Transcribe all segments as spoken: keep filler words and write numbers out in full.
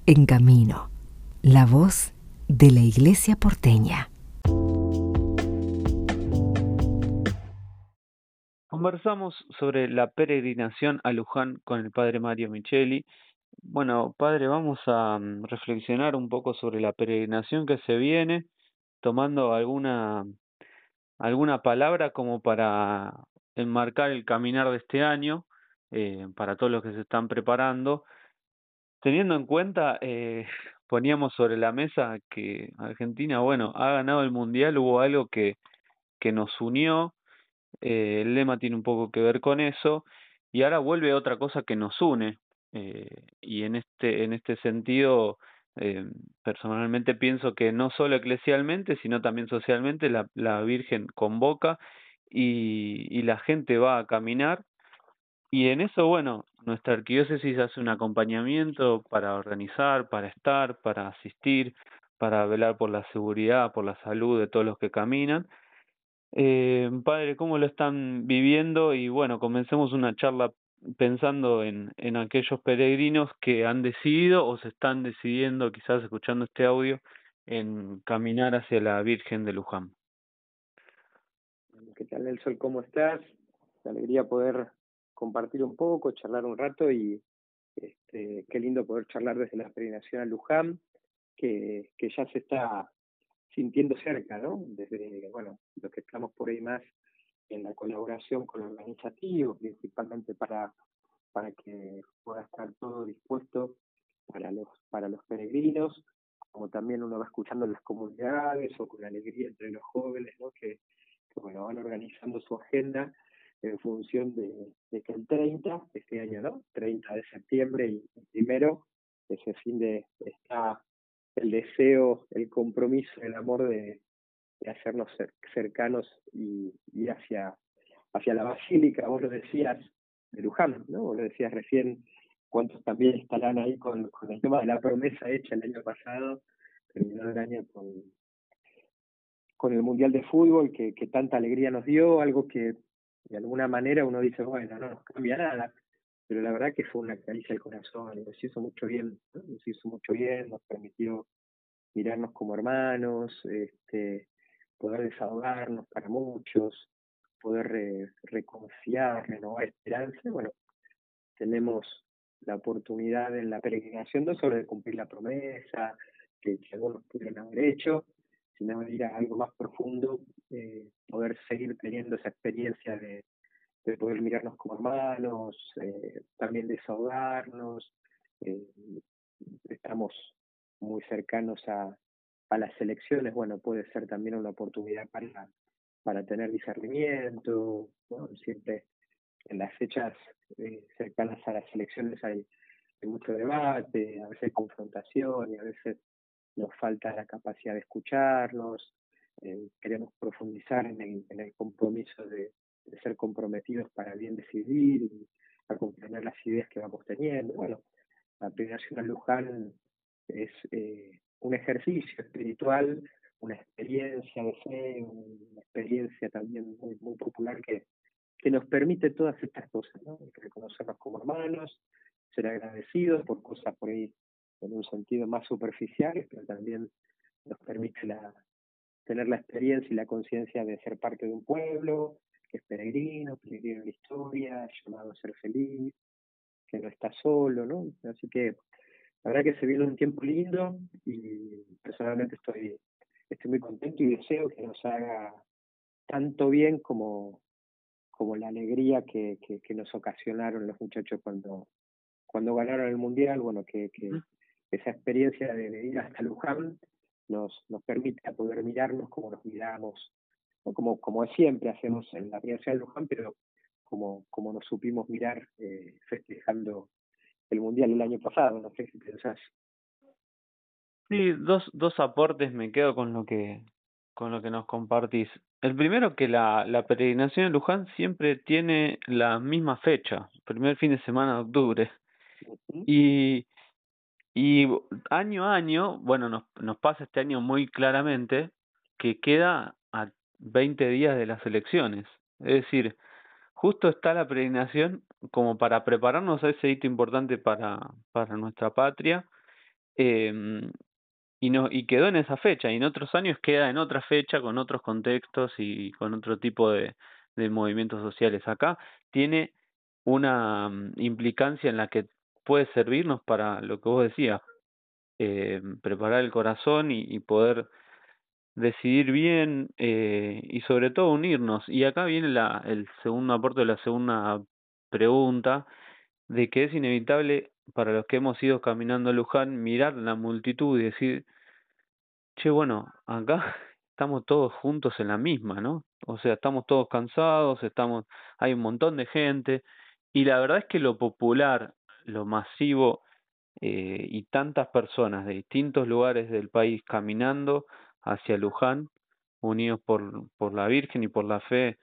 En Camino, la voz de la Iglesia porteña. Conversamos sobre la peregrinación a Luján con el padre Mario Micheli. Bueno, padre, vamos a mm, reflexionar un poco sobre la peregrinación que se viene, tomando alguna, alguna palabra como para enmarcar el caminar de este año, eh, para todos los que se están preparando. Teniendo en cuenta, eh, poníamos sobre la mesa que Argentina, bueno, ha ganado el Mundial, hubo algo que, que nos unió. Eh, el lema tiene un poco que ver con eso, y ahora vuelve otra cosa que nos une, eh, y en este, en este sentido, eh, personalmente pienso que no solo eclesialmente, sino también socialmente, la, la Virgen convoca y, y la gente va a caminar, y en eso, bueno, nuestra arquidiócesis hace un acompañamiento para organizar, para estar, para asistir, para velar por la seguridad, por la salud de todos los que caminan. Eh, padre, ¿cómo lo están viviendo? Y bueno, comencemos una charla pensando en, en aquellos peregrinos que han decidido o se están decidiendo, quizás escuchando este audio, en caminar hacia la Virgen de Luján. ¿Qué tal, Nelson? ¿Cómo estás? Qué alegría poder compartir un poco, charlar un rato y este, qué lindo poder charlar desde la peregrinación a Luján, que, que ya se está sintiendo cerca, ¿no? Desde, bueno, los que estamos por ahí más en la colaboración con los organizativos, principalmente para, para que pueda estar todo dispuesto para los, para los peregrinos, como también uno va escuchando en las comunidades o con alegría entre los jóvenes, ¿no? Que, que bueno, van organizando su agenda en función de, de que el treinta, este año, ¿no? treinta de septiembre y el primero, ese fin de, está el deseo, el compromiso, el amor de, de hacernos cercanos y ir hacia, hacia la Basílica. Vos lo decías, de Luján, ¿no? Vos lo decías recién, cuántos también estarán ahí con, con el tema de la promesa hecha el año pasado, terminó el año con, con el Mundial de Fútbol, que, que tanta alegría nos dio, algo que de alguna manera uno dice, bueno, no nos cambia nada, pero la verdad que fue una caricia al corazón, y nos hizo mucho bien, ¿no? Nos hizo mucho bien, nos permitió mirarnos como hermanos, este, poder desahogarnos para muchos, poder re, reconfiar, renovar esperanza. Bueno, tenemos la oportunidad en la peregrinación no solo de cumplir la promesa que, que algunos pudieron haber hecho, sino de ir a algo más profundo, eh, poder seguir teniendo esa experiencia de, de poder mirarnos como hermanos, eh, también desahogarnos. Eh, estamos muy cercanos a, a las elecciones, bueno, puede ser también una oportunidad para, para tener discernimiento, ¿no? Siempre en las fechas eh, cercanas a las elecciones hay, hay mucho debate, a veces confrontación y a veces nos falta la capacidad de escucharnos, eh, queremos profundizar en el, en el compromiso de, de ser comprometidos para bien decidir y acompañar las ideas que vamos teniendo. Bueno, la peregrinación a Luján es eh, un ejercicio espiritual, una experiencia de fe, una experiencia también muy, muy popular que, que nos permite todas estas cosas, ¿no? Reconocernos como hermanos, ser agradecidos por cosas por ahí en un sentido más superficial, pero también nos permite la, tener la experiencia y la conciencia de ser parte de un pueblo, que es peregrino, peregrino en la historia, llamado a ser feliz, que no está solo, ¿no? Así que la verdad que se viene un tiempo lindo y personalmente estoy, estoy muy contento y deseo que nos haga tanto bien como, como la alegría que, que, que nos ocasionaron los muchachos cuando, cuando ganaron el Mundial. Bueno, que, que esa experiencia de, de ir hasta Luján nos, nos permite a poder mirarnos como nos miramos, ¿no? como, como siempre hacemos en la Universidad de Luján, pero como, como nos supimos mirar eh, festejando el Mundial el año pasado. No sé si pensás. Sí, dos, dos aportes me quedo con lo que, con lo que nos compartís. El primero, que la, la peregrinación en Luján siempre tiene la misma fecha, primer fin de semana de octubre. Uh-huh. Y Y año a año, bueno, nos, nos pasa este año muy claramente que queda a veinte días de las elecciones. Es decir, justo está la peregrinación como para prepararnos a ese hito importante para, para nuestra patria. Em, y no, y quedó en esa fecha, y en otros años queda en otra fecha, con otros contextos y con otro tipo de, de movimientos sociales. Acá tiene una mm, implicancia en la que puede servirnos para lo que vos decías, eh, preparar el corazón y, y poder decidir bien, eh, y sobre todo unirnos. Y acá viene la, el segundo aporte de la segunda pregunta, de que es inevitable para los que hemos ido caminando a Luján mirar la multitud y decir, che, bueno, acá estamos todos juntos en la misma, ¿no? O sea, estamos todos cansados, estamos, hay un montón de gente, y la verdad es que lo popular, lo masivo, eh, y tantas personas de distintos lugares del país caminando hacia Luján, unidos por, por la Virgen y por la fe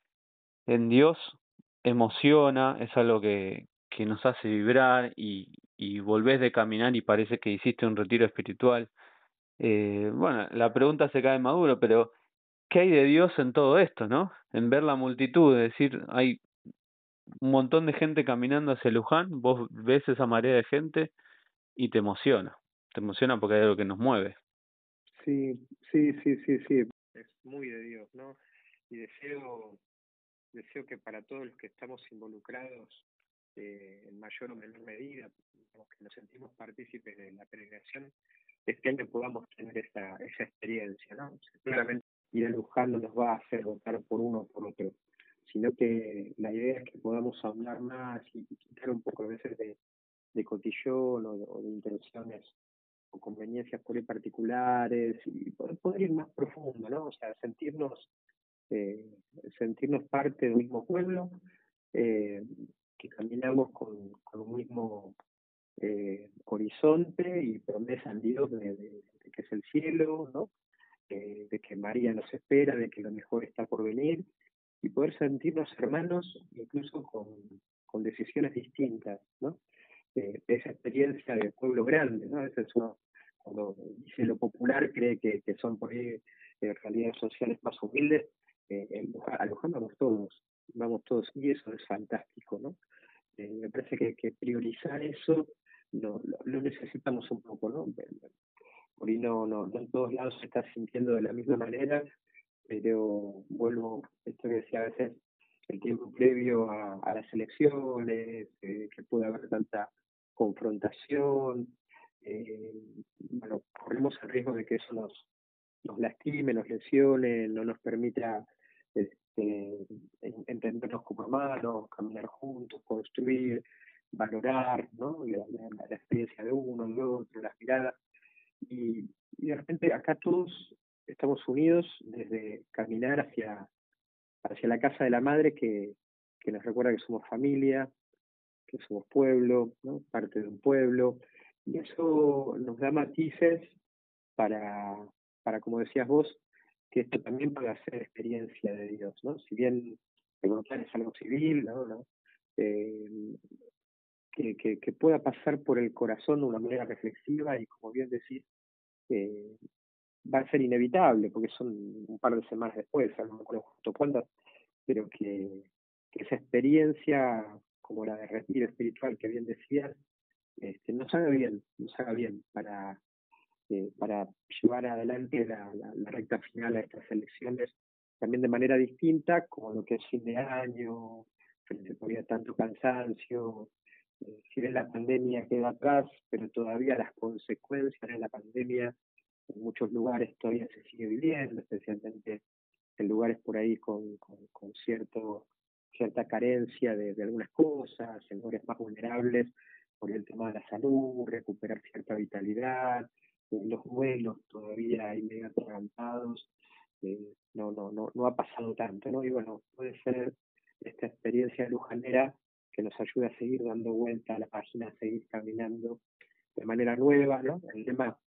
en Dios, emociona, es algo que, que nos hace vibrar y, y volvés de caminar y parece que hiciste un retiro espiritual. Eh, bueno, la pregunta se cae maduro, pero ¿qué hay de Dios en todo esto, no? En ver la multitud, es decir, hay un montón de gente caminando hacia Luján, vos ves esa marea de gente y te emociona, te emociona porque hay algo que nos mueve. Sí, sí, sí, sí, sí, es muy de Dios, ¿no? Y deseo, deseo que para todos los que estamos involucrados, eh, en mayor o menor medida, los que nos sentimos partícipes de la peregrinación, este año podamos tener esa, esa experiencia, ¿no? Seguramente ir a Luján no nos va a hacer votar por uno o por otro, sino que la idea es que podamos hablar más y, y quitar un poco a veces de, de cotillón o de, o de intenciones o conveniencias por ahí particulares y poder, poder ir más profundo, ¿no? O sea, sentirnos, eh, sentirnos parte del mismo pueblo, eh, que caminamos con, con un mismo eh, horizonte y promesa en Dios de, de, de que es el cielo, ¿no? Eh, de que María nos espera, de que lo mejor está por venir y poder sentirnos hermanos incluso con, con decisiones distintas, ¿no? Eh, esa experiencia de pueblo grande, ¿no? A veces uno, cuando dice lo popular, cree que, que son por ahí eh, realidades sociales más humildes. Eh, en Luján- a Luján vamos todos, vamos todos, y eso es fantástico, ¿no? Eh, me parece que, que priorizar eso lo, lo, lo necesitamos un poco, ¿no? Por ahí no, no, no en todos lados se está sintiendo de la misma manera, pero vuelvo a esto que decía a veces, el tiempo previo a, a las elecciones, eh, que puede haber tanta confrontación, eh, bueno, corremos el riesgo de que eso nos, nos lastime, nos lesione, no nos permita este, entendernos como hermanos, caminar juntos, construir, valorar, ¿no? la, la, la experiencia de uno, del otro, las miradas. Y, y de repente acá todos estamos unidos desde caminar hacia, hacia la casa de la madre que, que nos recuerda que somos familia, que somos pueblo, ¿no? Parte de un pueblo. Y eso nos da matices para, para, como decías vos, que esto también pueda ser experiencia de Dios, ¿no? Si bien el votar es algo civil, ¿no? ¿no? Eh, que, que, que pueda pasar por el corazón de una manera reflexiva y, como bien decís, eh, va a ser inevitable, porque son un par de semanas después, no me acuerdo justo cuántas, pero que, que esa experiencia, como la de retiro espiritual que bien decías, este, nos haga bien, nos haga bien para, eh, para llevar adelante la, la, la recta final a estas elecciones, también de manera distinta, como lo que es fin de año, frente a tanto cansancio. Eh, si bien la pandemia queda atrás, pero todavía las consecuencias de la pandemia en muchos lugares todavía se sigue viviendo, especialmente en lugares por ahí con, con, con cierto, cierta carencia de, de algunas cosas, en lugares más vulnerables por el tema de la salud, recuperar cierta vitalidad, eh, los vuelos todavía hay medio atragantados, eh, no, no, no, no ha pasado tanto, ¿no? Y bueno, puede ser esta experiencia lujanera que nos ayuda a seguir dando vuelta a la página, a seguir caminando de manera nueva, ¿no? El lema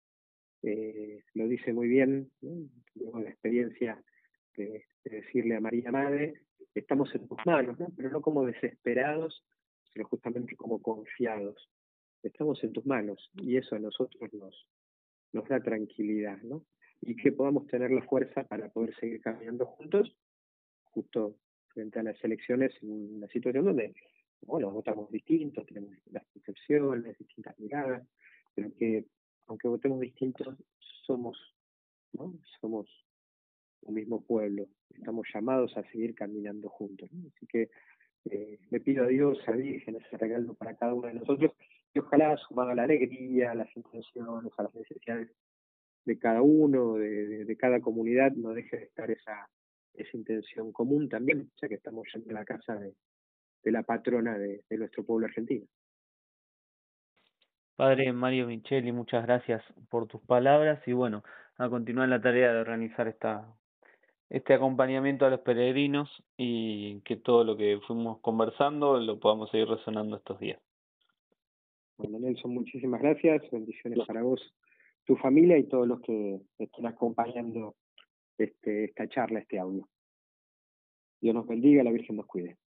eh, lo dice muy bien, ¿no? Luego la experiencia de, de decirle a María Madre, estamos en tus manos, ¿no? Pero no como desesperados, sino justamente como confiados. Estamos en tus manos y eso a nosotros nos, nos da tranquilidad, ¿no? Y que podamos tener la fuerza para poder seguir caminando juntos, justo frente a las elecciones, en una situación donde, bueno, votamos distintos, tenemos distintas percepciones, distintas miradas, pero que aunque votemos distintos, somos, ¿no? Somos un mismo pueblo, estamos llamados a seguir caminando juntos, ¿no? Así que eh, le pido a Dios, a Virgen, ese regalo para cada uno de nosotros, y ojalá sumado a la alegría, a las intenciones, a las necesidades de cada uno, de, de, de cada comunidad, no deje de estar esa, esa intención común también, ya que estamos yendo a la casa de, de la patrona de, de nuestro pueblo argentino. Padre Mario Micheli, muchas gracias por tus palabras y bueno, a continuar la tarea de organizar esta, este acompañamiento a los peregrinos y que todo lo que fuimos conversando lo podamos seguir resonando estos días. Bueno, Nelson, muchísimas gracias, bendiciones para vos, tu familia y todos los que estén acompañando este, esta charla, este audio. Dios nos bendiga, la Virgen nos cuide.